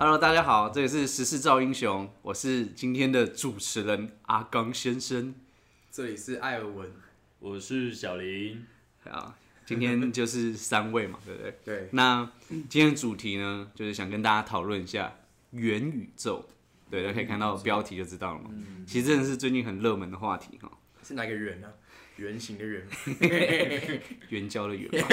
Hello， 大家好，这里是时事造英雄，我是今天的主持人阿刚先生。 这里是艾尔文， 我是小林。 啊，今天就是3位嘛，对不对？ 对。 那今天的主题呢，就是想跟大家讨论一下元宇宙。对，大家可以看到标题就知道了嘛。其实真的是最近很热门的话题哈。 是哪个圆呢？圆形的圆， 援交的援嘛。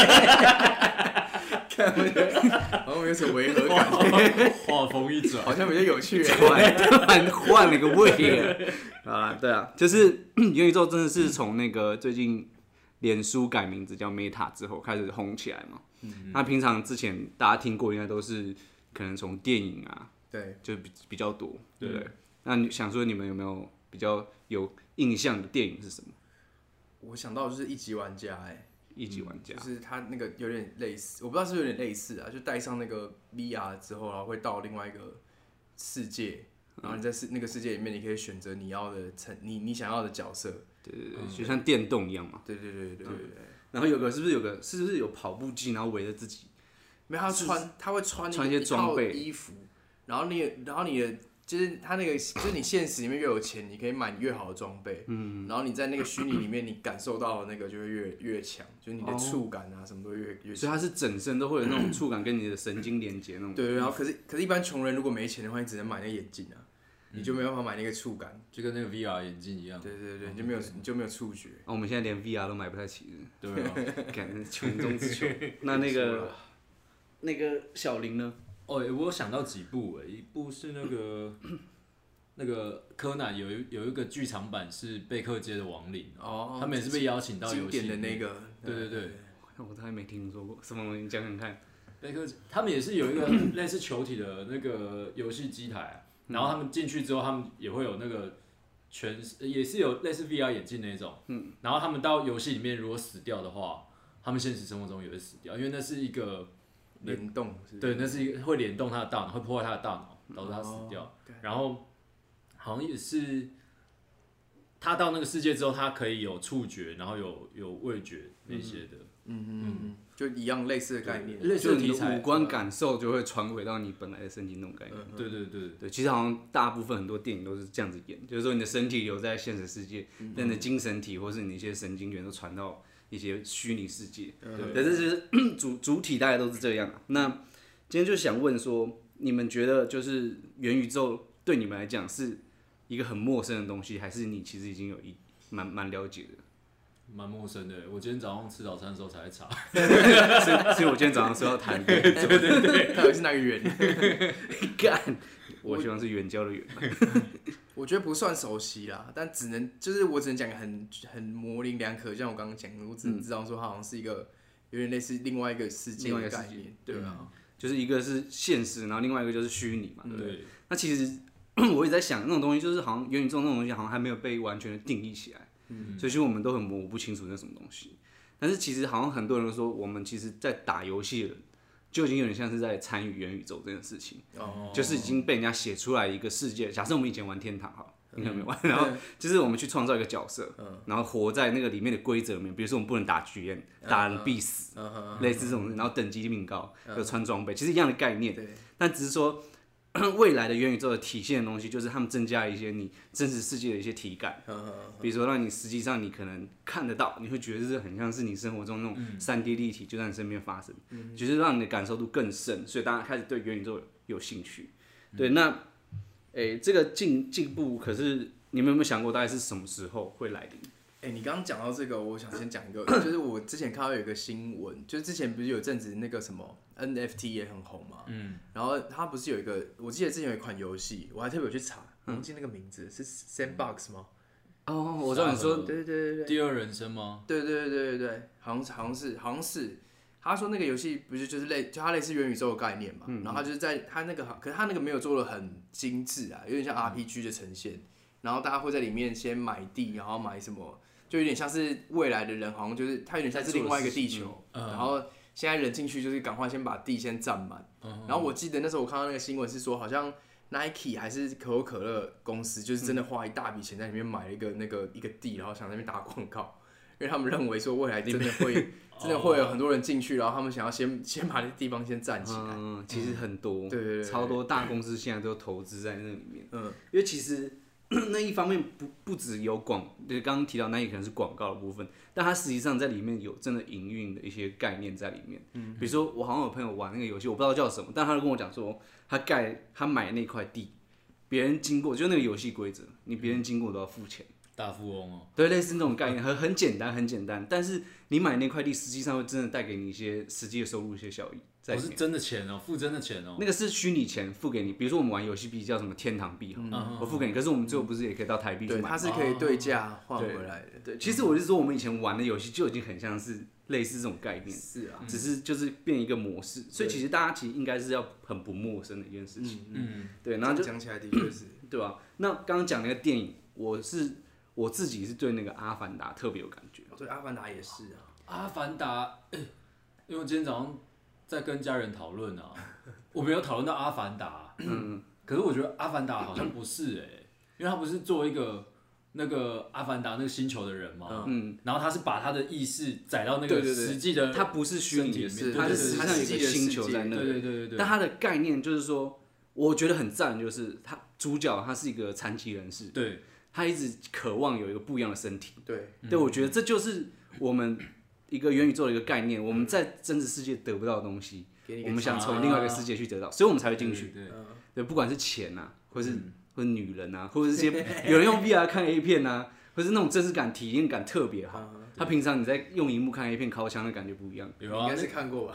看我觉得好像有什么违和感， 话锋一转， 好像比较有趣。 突然换了个位了。啊，对啊，就是元宇宙真的是从那个最近脸书改名字叫 Meta 之后开始红起来嘛。那平常之前大家听过，应该都是可能从电影啊， 对， 就比较多，对不对？那你想说你们有没有比较有印象的电影是什么？ 我想到就是一级玩家， 一级玩家， 就是他那个有点类似，我不知道是不是有点类似啊，就戴上那个 VR 之后，然后会到另外一个世界，然后你在那个世界里面，你可以选择你要的你想要的角色， 对，就像电动一样嘛。 对。 然后是不是有跑步机，然后围着自己？ 没有，他会穿一些装备衣服，然后你的。就是他那个，就是你现实里面越有钱，你可以买越好的装备，然后你在那个虚拟里面，你感受到的那个就会越强，就是你的触感啊什么都越强。 所以它是整身都会有那种触感跟你的神经连接那种。 对，然后可是一般穷人如果没钱的话，你只能买那个眼镜啊，你就没办法买那个触感， 就跟那个 VR 眼镜一样。 对，你就没有触觉。 我们现在连 VR 都买不太起了。 对啊， 感觉穷中之穷。那个小林呢？ 我有想到几部一部是那个柯南有一个剧场版是贝克街的亡灵他们也是被邀请到游戏经典的那个， 对， 我都还没听说过，什么东西？讲讲看。 贝克他们也是有一个类似球体的那个游戏机台然后他们进去之后，他们也会有那个也是有类似 VR 眼镜那种，然后他们到游戏里面如果死掉的话，他们现实生活中也会死掉，因为那是一个联动， 对，那是一个会联动他的大脑，会破坏他的大脑，导致他死掉。然后好像也是他到那个世界之后，他可以有触觉，然后有味觉那些的， 就一样类似的概念， 类似的题材， 五官感受就会传回到你本来的身体那种概念。对，其实好像大部分很多电影都是这样子演，就是说你的身体留在现实世界，但你的精神体或是你一些神经元都传到一些虚拟世界。对，这是主体大概都是这样。那今天就想问说，你们觉得就是元宇宙对你们来讲是一个很陌生的东西，还是你其实已经有蛮了解的？ 蛮陌生的。我今天早上吃早餐的时候才查， 所以我今天早上说要谈元宇宙， 对，他以为是哪个圆？ 干，我希望是援交的援。 我觉得不算熟悉啦，但我只能讲很模棱两可，像我刚刚讲的，我只能知道说它好像是一个有点类似另外一个世界的概念，对啊， 就是一个是现实，然后另外一个就是虚拟嘛，对不对？ 对。 那其实我也在想，那种东西就是好像元宇宙那种东西，好像还没有被完全的定义起来，所以其实我们都很模糊不清楚那什么东西。但是其实好像很多人都说，我们其实在打游戏的人，就已经有点像是在参与元宇宙这件事情，就是已经被人家写出来一个世界。假设我们以前玩天堂好了，应该没玩，然后就是我们去创造一个角色，然后活在那个里面的规则里面，比如说我们不能打局员，打人必死，类似这种，然后等级命高，有穿装备，其实一样的概念，但只是说未来的元宇宙的体现的东西，就是他们增加一些你真实世界的一些体感，比如说让你实际上你可能看得到，你会觉得是很像是你生活中那种3D 立体就在你身边发生，就是让你的感受度更深，所以大家开始对元宇宙有兴趣。对，那这个进步，可是你们有没有想过大概是什么时候会来临？ 你刚刚讲到这个，我想先讲一个，就是我之前看到有一个新闻，就是之前不是有阵子那个什么 NFT 也很红嘛，然后它不是有一个，我记得之前有一款游戏，我还特别去查，忘记那个名字是 Sandbox 吗？ 哦，我知道你说， 对， 第二人生吗？ 对，好像是，他说那个游戏不是就它类似元宇宙的概念嘛，然后他就是在他那个，可是他那个没有做的很精致啊，有点像 RPG 的呈现，然后大家会在里面先买地，然后买什么。就有点像是未来的人，好像就是它有点像是另外一个地球，然后现在人进去就是赶快先把地先占满。然后我记得那时候我看到那个新闻是说，好像 Nike 还是可口可乐公司，就是真的花一大笔钱在里面买了一个地，然后想在那边打广告。 为他们认为说未来真的会有很多人进去，然后他们想要先把那地方先占起来。 其实很多， 对， 超多大公司现在都投资在那里面。因为其实那一方面不只有对，刚刚提到那也可能是广告的部分，但它实际上在里面有真的营运的一些概念在里面。比如说我好像有朋友玩那个游戏，我不知道叫什么，但他就跟我讲说，他买那块地，别人经过就那个游戏规则，你别人经过都要付钱。 大富翁哦， 对，类似那种概念，很简单，很简单。但是你买那块地，实际上会真的带给你一些实际的收入、一些效益。 我是真的钱哦，付真的钱哦。 那个是虚拟钱付给你，比如说我们玩游戏币叫什么天堂币，我付给你。可是我们最后不是也可以到台币去买？ 对，它是可以对价换回来的。 对，其实我是说，我们以前玩的游戏就已经很像是类似这种概念， 是啊， 只是就是变一个模式。所以其实大家其实应该是要很不陌生的一件事情。对，然后就讲起来的确是， 对吧？那刚刚讲那个电影，我自己是对那个《阿凡达》特别有感觉。 对，《阿凡达》也是啊， 《阿凡达》因为我今天早上在跟家人讨论啊，我没有讨论到《阿凡达》，可是我觉得《阿凡达》好像不是因为他不是做一个那个阿凡达那个星球的人嘛，然后他是把他的意识载到那个实际的， 他不是虚拟的，他是实际上有一个星球在那， 对。 但他的概念就是说，我觉得很赞，就是他主角他是一个残疾人士， 对。 他一直渴望有一个不一样的身体， 对， 我觉得这就是我们一个元宇宙的一个概念，我们在真实世界得不到的东西，我们想从另外一个世界去得到，所以我们才会进去。对，不管是钱啊，或是女人啊，或者是些有人用 VR 看 A 片啊，或是那种真实感、体验感特别好。他平常你在用荧幕看 A 片靠枪的感觉不一样。 有啊， 应该是看过吧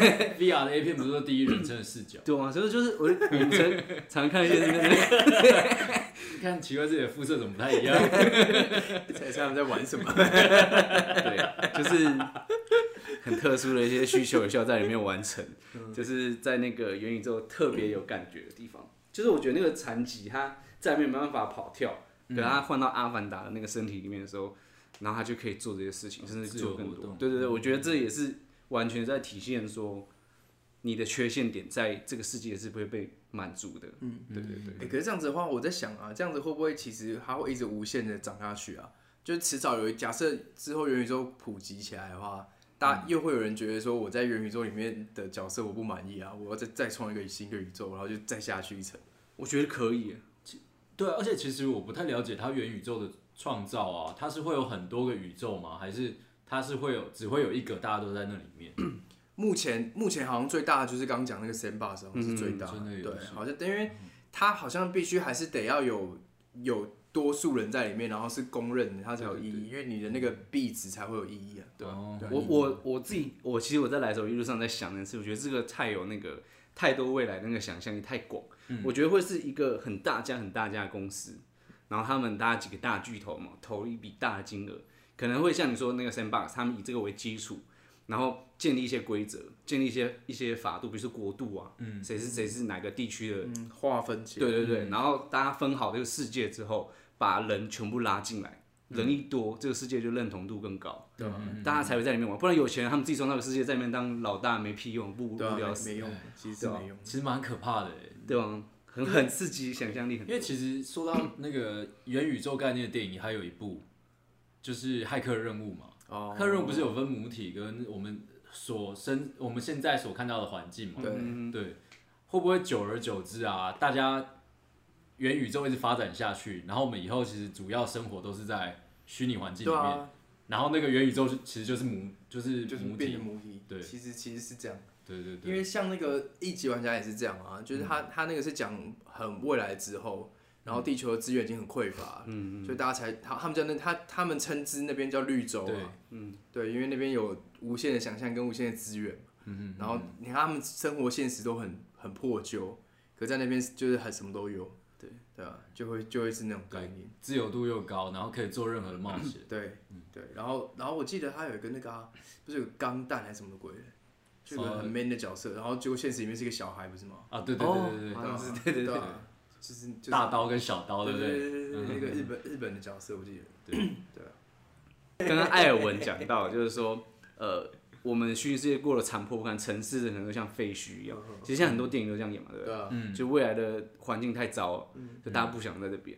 ？VR 的 A 片不是说第一人称的视角？ 对啊，所以就是我常看一些你看奇怪，自己的肤色怎么不太一样？ 猜猜他们在玩什么？ 对，就是很特殊的一些需求也需要在里面完成，就是在那个元宇宙特别有感觉的地方。就是我觉得那个残疾他在里面没办法跑跳，可是他换到阿凡达的那个身体里面的时候，然后他就可以做这些事情，甚至做更多。对，我觉得这也是完全在体现说你的缺陷点在这个世界是不会被满足的。对。 可是这样子的话，我在想啊，这样子会不会其实它会一直无限的长下去啊？就是迟早假设之后元宇宙普及起来的话，又会有人觉得说我在元宇宙里面的角色我不满意啊，我要再创一个新的宇宙，然后就再下去一层。 我觉得可以。 对，而且其实我不太了解它元宇宙的创造啊，它是会有很多个宇宙吗？还是它是只会有一个，大家都在那里面？ 目前好像最大的就是刚刚讲那个 Sandbox 好像是最大的，对，好像因为它好像必须还是得要有多数人在里面，然后是公认的，它才有意义，因为你的那个币值才会有意义啊。对， 我其实我在来的时候一路上在想的是，我觉得这个太多未来那个想象力太广，我觉得会是一个很大家的公司，然后他们大家几个大巨头嘛，投一笔大的金额，可能会像你说那个 Sandbox， 他们以这个为基础，然后建立一些规则，建立一些法度，比如说国度啊，谁是哪个地区的划分起来， 对，然后大家分好这个世界之后，把人全部拉进来，人一多，这个世界就认同度更高，大家才会在里面玩，不然有钱人他们自己创造个世界，在里面当老大没屁用，无聊死， 没用，其实没用， 其实蛮可怕的， 对吧？很刺激，想象力很。 因为其实说到那个元宇宙概念的电影，还有一部就是《骇客任务》嘛。骇客任务不是有分母体跟我们现在所看到的环境嘛？对，会不会久而久之啊，大家元宇宙一直发展下去，然后我们以后其实主要生活都是在虚拟环境里面，然后那个元宇宙其实就是母变成母体， 对， 其实是这样。 对， 因为像那个一级玩家也是这样啊，就是他那个是讲很未来之后，然后地球的资源已经很匮乏，所以大家他们称之那边叫绿洲啊，对，因为那边有无限的想象跟无限的资源，然后你看他们生活现实都很破旧，可在那边就是很什么都有，对啊，就会是那种概念， 自由度又高，然后可以做任何的冒险， 对，然后我记得他有一个那个不是有个钢弹还是什么鬼的。是个很 man 的角色，然后结果现实里面是一个小孩，不是吗？ 啊，对， 对，就是大刀跟小刀，对不对？ 那个日本的角色，我记得。对。 刚刚艾尔文讲到，就是说，我们虚拟世界过了残破不堪，城市可能都像废墟一样。其实现在很多电影都这样演嘛，对不对？就未来的环境太糟了，就大家不想在这边。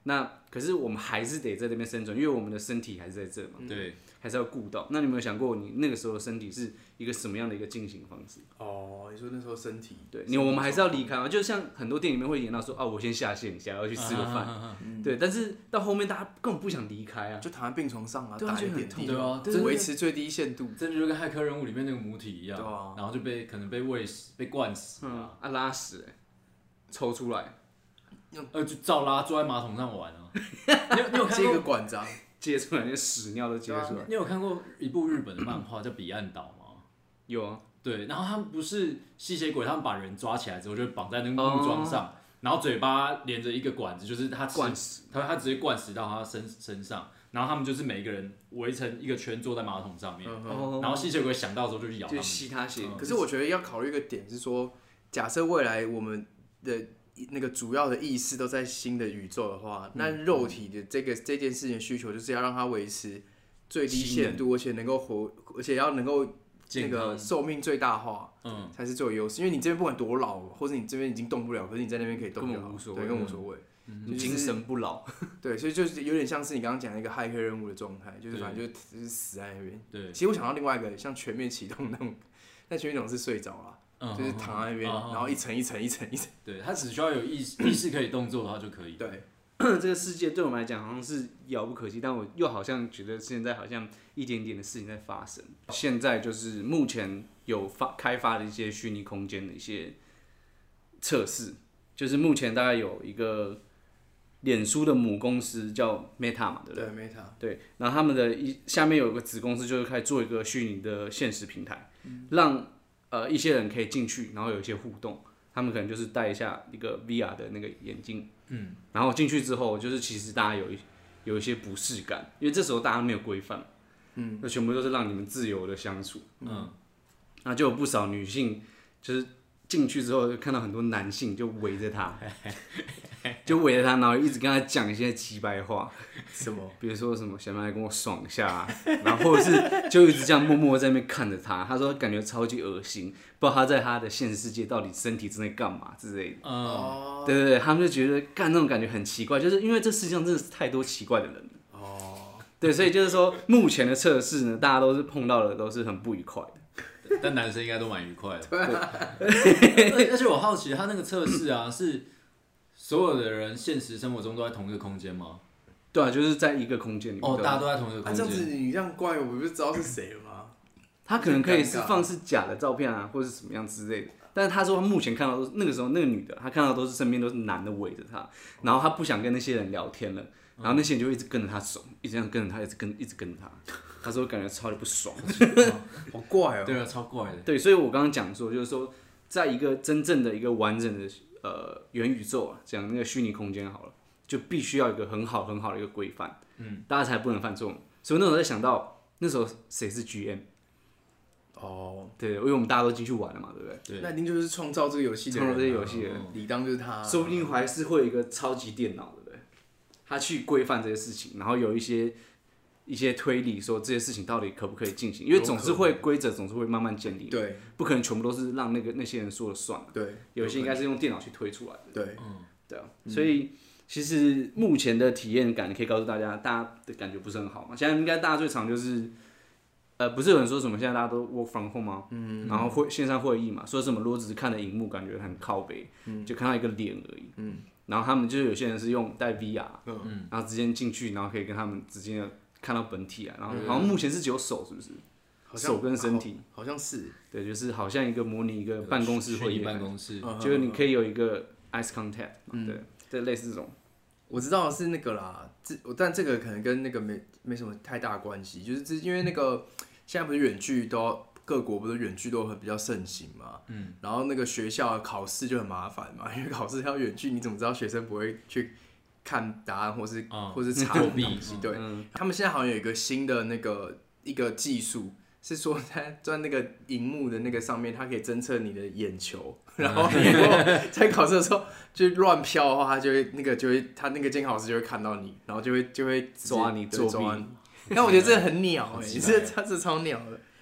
那可是我们还是得在这边生存，因为我们的身体还是在这嘛， 对， 还是要顾到。那你有没有想过，你那个时候的身体是一个什么样的一个进行方式？ 哦，你说那时候身体， 对，我们还是要离开嘛，就像很多电影里面会演到说，我先下线一下，要去吃个饭，对。但是到后面大家根本不想离开啊， 就躺在病床上啊， 对啊打一点滴， 对啊， 维持最低限度。 这就跟骇客任务里面那个母体一样， 对啊， 然后就可能被喂死、被灌死拉屎抽出来， 就照拉坐在马桶上玩啊。你有看接过个管子啊， 接出来，那屎尿都接出来。 你有看过一部日本的漫画叫《彼岸岛》吗？ 有啊， 对，然后他们不是吸血鬼，他们把人抓起来之后就绑在那个木桩上，然后嘴巴连着一个管子，就是他灌屎， 他直接灌死到他身上，然后他们就是每一个人围成一个圈坐在马桶上面，然后吸血鬼想到的时候就去咬他们， 就吸他血。 可是我觉得要考虑一个点是说，假设未来我们的那个主要的意识都在新的宇宙的话，那肉体的这件事情的需求就是要让它维持最低限度，而且能够活，而且要能够那个寿命最大化，才是最有优势。因为你这边不管多老，或者你这边已经动不了，可是你在那边可以动， 根本无所谓， 对，根本无所谓， 精神不老。 对，所以就是有点像是你刚刚讲的一个骇客任务的状态，就是反正就是死在那边。 对， 其实我想到另外一个像全面启动那种，但全面启动是睡着了。就是躺在那边，然后一层一层一层一层。 对，他只需要有意识可以动作的话就可以。 对， 这个世界对我们来讲好像是遥不可及，但我又好像觉得现在好像一点点的事情在发生。现在就是目前有开发的一些虚拟空间的一些测试，就是目前大概有一个脸书的母公司叫 Meta 嘛，对不对？ 对 Meta。 对，然后他们的下面有一个子公司，就是开始做一个虚拟的现实平台，让一些人可以进去，然后有一些互动。他们可能就是戴一下一个 VR 的那个眼镜，然后进去之后，就是其实大家有一些不适感，因为这时候大家没有规范，那全部都是让你们自由的相处，那就有不少女性就是进去之后就看到很多男性就围着他，然后一直跟他讲一些鸡掰话， 什么？ 比如说什么想不想来跟我爽一下、然后或者是就一直这样默默在那边看着他，他说感觉超级恶心，不知道他在他的现实世界到底身体正在干嘛之类的。对对对，他们就觉得干那种感觉很奇怪，就是因为这世界上真的是太多奇怪的人了。对，所以就是说目前的测试呢，大家都是碰到的都是很不愉快的。 但男生应该都蛮愉快的。而且我好奇，他那个测试啊，是所有的人现实生活中都在同一个空间吗？ 对啊，就是在一个空间里面。 大家都在同一个空间。 这样子你这样怪我，不就知道是谁了吗？ 他可能可以是放是假的照片啊，或者是什么样之类的。但是他说他目前看到都是那个时候那个女的，她看到都是身边都是男的围着她，然后她不想跟那些人聊天了，然后那些人就一直跟着她走，一直这样跟着她，一直跟着她。他说感觉超级不爽， 好怪哦。 对啊，超怪的。 对，所以我刚刚讲说，就是说，在一个真正的一个完整的元宇宙啊，讲那个虚拟空间好了，就必须要有一个很好的一个规范，大家才不能犯错。所以那时候在想到，那时候谁是 GM？对，因为我们大家都进去玩了嘛，对不对？ 对，那一定就是创造这个游戏的人， 创造这些游戏的人， 理当就是他。 说不定还是会有一个超级电脑，对不对？他去规范这些事情，然后有一些推理，说这些事情到底可不可以进行，因为总是会规则总是会慢慢建立， 对， 不可能全部都是让那些人说了算， 对， 有一些应该是用电脑去推出来的， 对， 对啊，所以其实目前的体验感可以告诉大家，大家的感觉不是很好嘛。现在应该大家最常就是不是有人说什么现在大家都 work from home 吗？然后线上会议嘛，说什么如果只是看着荧幕，感觉很靠北，就看到一个脸而已，然后他们就是有些人是用带 VR，然后直接进去，然后可以跟他们直接看到本体啊，然后好像目前是只有手，是不是？手跟身体， 好像是。对， 就是好像一个模拟一个办公室会议， 办公室， 就是你可以有一个 eye contact，对，类似这种。 我知道的是那个啦，但这个可能跟那个没什么太大关系，就是因为那个现在不是远距都各国不是远距都比较盛行嘛，然后那个学校考试就很麻烦嘛，因为考试要远距，你怎么知道学生不会去看答案或是查东西？对，他们现在好像有一个新的一个技术，是说在那个荧幕的那个上面，它可以侦测你的眼球，然后你如果在考试的时候就乱飘的话，他那个监考师就会看到你，然后就会抓你作弊。 但我觉得这很鸟这超鸟的。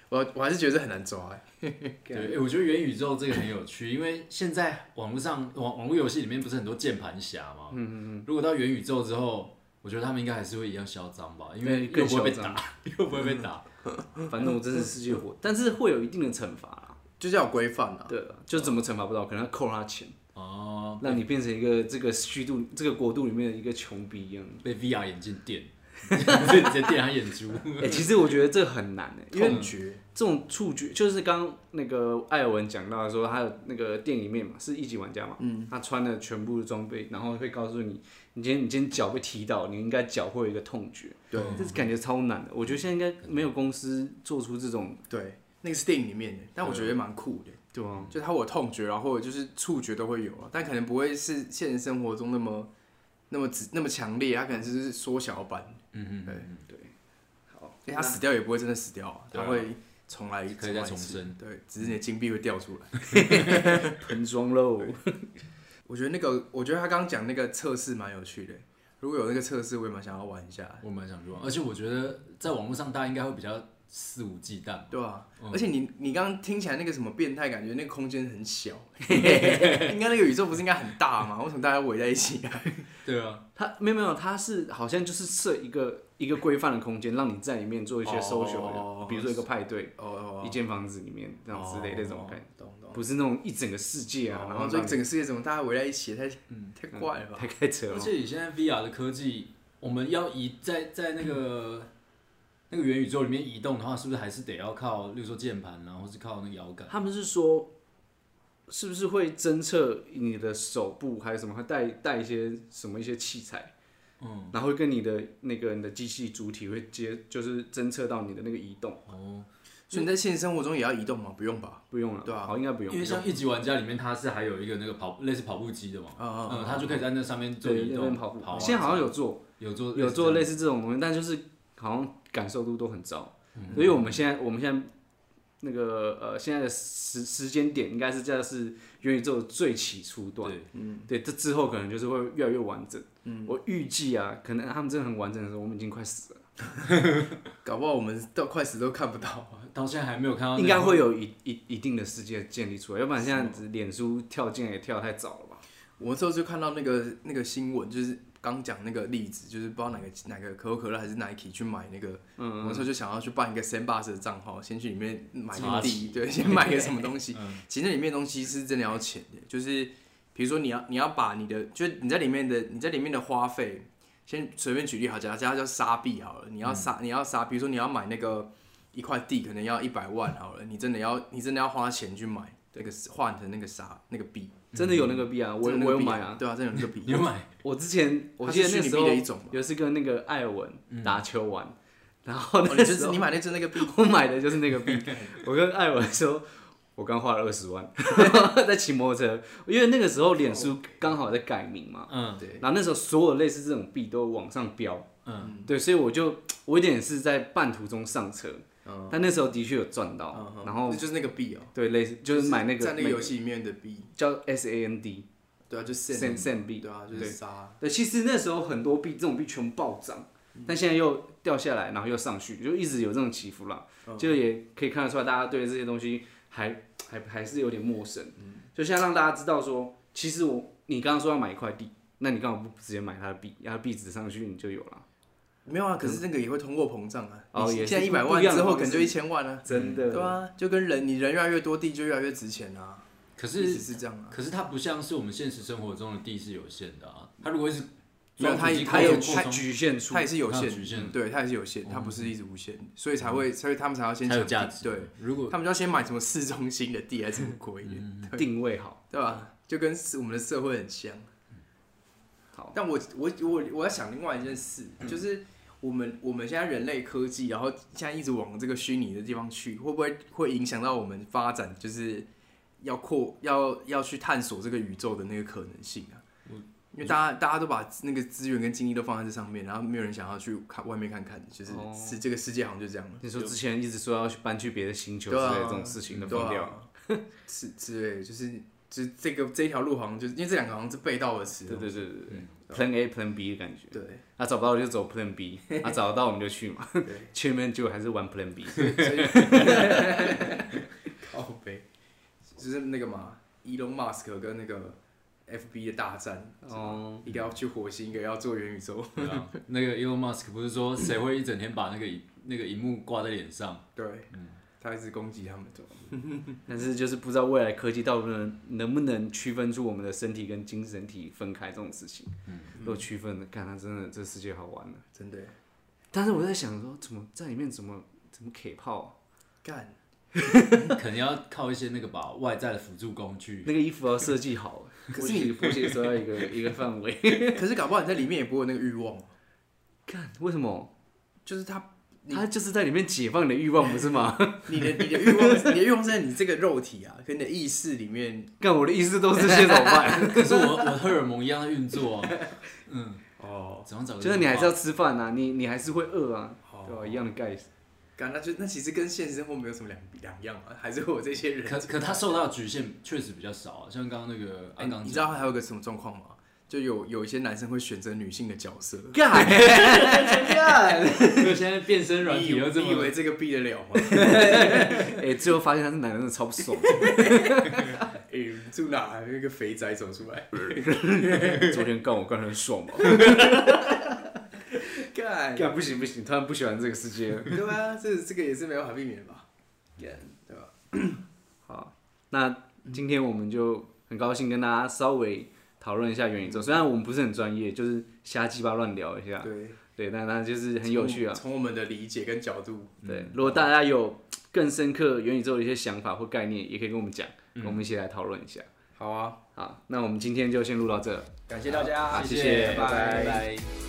我还是觉得很难抓对，我觉得元宇宙这个很有趣，因为现在网络游戏里面不是很多键盘侠嘛，如果到元宇宙之后，我觉得他们应该还是会一样嚣张吧，因为又不会被打，又不会被打。 反正我真是世界火，但是会有一定的惩罚啦， 就是要有规范啊。 对，就怎么惩罚不到，可能要扣他钱。 哦， 让你变成一个这个这个国度里面的一个穷逼一样， 被 VR 眼镜电，直接电他眼珠。 其实我觉得这很难因为痛觉这种触觉，就是刚那个艾尔文讲到的说，他有那个店里面嘛，是一级玩家嘛，他穿了全部的装备，然后会告诉你，你今天脚被踢到，你应该脚会有一个痛觉， 对， 这感觉超难的。我觉得现在应该没有公司做出这种， 对，那个是电影里面的，但我觉得蛮酷的。 对啊， 就它有痛觉啊，或者就是触觉都会有啊，但可能不会是现实生活中那么强烈，它可能是缩小版。对。好，因为它死掉也不会真的死掉啊，它会重来， 可以再重生。 对，只是你的金币会掉出来。 喷装喽。 我觉得他刚刚讲那个测试蛮有趣的，如果有那个测试，我也蛮想要玩一下。 我蛮想去玩，而且我觉得在网络上大家应该会比较肆无忌惮， 对啊，而且你刚刚听起来那个什么变态，感觉那个空间很小，应该那个宇宙不是应该很大吗？为什么大家围在一起啊？ 对啊， 它没有，它是好像就是设一个规范的空间，让你在里面做一些 social 的，比如说一个派对，一间房子里面这样之类的那种感觉，不是那种一整个世界啊，然后这整个世界怎么大家围在一起，太怪了吧？ 太开车了。 而且以现在 VR 的科技，我们要在那个元宇宙里面移动的话，是不是还是得要靠，例如说键盘啊，或是靠那个摇杆？ 他们是说，是不是会侦测你的手部，还有什么会带一些器材，然后会跟你的机器主体会就是侦测到你的那个移动。 哦，所以你在现实生活中也要移动吗？不用吧？ 不用了， 对啊， 好，应该不用。 因为像一级玩家里面，它是还有一个那个类似跑步机的嘛，它就可以在那上面做移动跑步。 跑。 现在好像有做类似这种东西，但就是好像感受度都很糟。所以我们现在那个现在的时间点应该是元宇宙的最起初段。对，这之后可能就是会越来越完整。我预计啊，可能他们真的很完整的时候，我们已经快死了。 搞不好我们到快死都看不到， 到现在还没有看到。 应该会有一定的世界建立出来，要不然现在脸书跳进来也跳得太早了吧？ 我那时候就看到那个新闻，就是刚讲那个例子，就是不知道哪个可口可乐还是 Nike 去买那个，我那时候就想要去办一个 Sandbox 的账号，先去里面买个地，对，先买个什么东西。其实那里面的东西是真的要钱的，就是比如说你要把你的，就是你在里面的花费。先随便举例好，假如叫沙币好了，你要沙，比如说你要买那个一块地，可能要100万好了，你真的要花钱去买那个换成那个币， 真的有那个币啊，我有买啊， 对啊，真的有那个币。 你有买？ 我记得那时候有一次跟那个艾尔文打球玩，然后你买的就是那个币， 我买的就是那个币，我跟艾尔文说。我刚花了20万在骑摩托车，因为那个时候脸书刚好在改名嘛，对，然后那时候所有类似这种币都往上飙，对，所以我有点是在半途中上车，但那时候的确有赚到，然后就是那个币哦， 对，类似就是买那个在那个游戏里面的币叫 SAND， 对啊，就 SAND 币， 对啊，就是沙， 对，其实那时候很多币这种币全部暴涨，但现在又掉下来，然后又上去，就一直有这种起伏啦，就也可以看得出来大家对这些东西还是有点陌生，就现在让大家知道说，其实你刚刚说要买一块地，那你干嘛不直接买它的币，然后币值上去你就有了。 没有啊，可是那个也会通货膨胀啊。 也现在100万之后可能就1000万啊， 真的。 对啊，就跟你人越来越多，地就越来越值钱啊。 可是是这样啊。 可是它不像是我们现实生活中的地是有限的啊，它如果是没有它有局限处， 它也是有限，对，它也是有限，它不是一直无限，所以他们才要先有价值， 对，如果他们就要先买什么市中心的地还是什么鬼的， 定位好， 对吧？就跟我们的社会很像。好，但我要想另外一件事，就是我们现在人类科技，然后现在一直往这个虚拟的地方去，会不会影响到我们发展，就是要去探索这个宇宙的那个可能性啊？因为大家都把那个资源跟精力都放在这上面，然后没有人想要去外面看看，就是这个世界好像就这样了。 你说之前一直说要搬去别的星球之类的这种事情都放掉， 是之类，就是这条路好像就是因为这两个好像是背道而驰。 对。 Plan A、Plan B 的感觉。 对， 那找不到就走 Plan B， 那找得到我们就去嘛。去那边结果还是玩 Plan B。 靠北，就是那个嘛，Elon Musk 跟那个 FB 的大战。哦。一个要去火星，一个要做元宇宙。 对啊，那个 Elon Musk 不是说谁会一整天把那个荧幕挂在脸上？ 对，他一直攻击他们。 但是就是不知道未来科技到底能不能区分出我们的身体跟精神体分开这种事情。如果区分了，看他真的这世界好玩了。 真的。 但是我在想说，怎么在里面怎么 K 炮啊？ 干。 可能要靠一些那个吧外在的辅助工具。 那个衣服要设计好，可是你破鞋时候要一个范围。 可是搞不好你在里面也不会有那个欲望。 干，为什么？ 就是他就是在里面解放你的欲望，不是吗？ 你的欲望，你的欲望是在你这个肉体啊，跟你的意识里面。 干，我的意识都是这些怎么办？ 可是我荷尔蒙一样在运作啊。 就是你还是要吃饭啊，你还是会饿啊，对吧？一样的概念。 干，那其实跟现实生活没有什么两样啊，还是会有这些人。 可他受到的局限确实比较少啊，像刚刚那个阿刚。 你知道还有个什么状况吗？就有一些男生会选择女性的角色。 干， 因为现在变身软体又这么， 你以为这个避得了吗？ 最后发现他是男人，真的超不爽。 住哪？那个肥仔走出来。 昨天干我干得很爽嘛。干不行，突然不喜欢这个世界了。 对啊，这个也是没办法避免的吧？对吧？ 好，那今天我们就很高兴跟大家稍微讨论一下元宇宙，虽然我们不是很专业，就是瞎鸡巴乱聊一下。对，但就是很有趣啊。 从我们的理解跟角度， 对，如果大家有更深刻元宇宙的一些想法或概念，也可以跟我们讲，我们一起来讨论一下。 好啊， 好，那我们今天就先录到这， 感谢大家， 谢谢， 拜拜拜。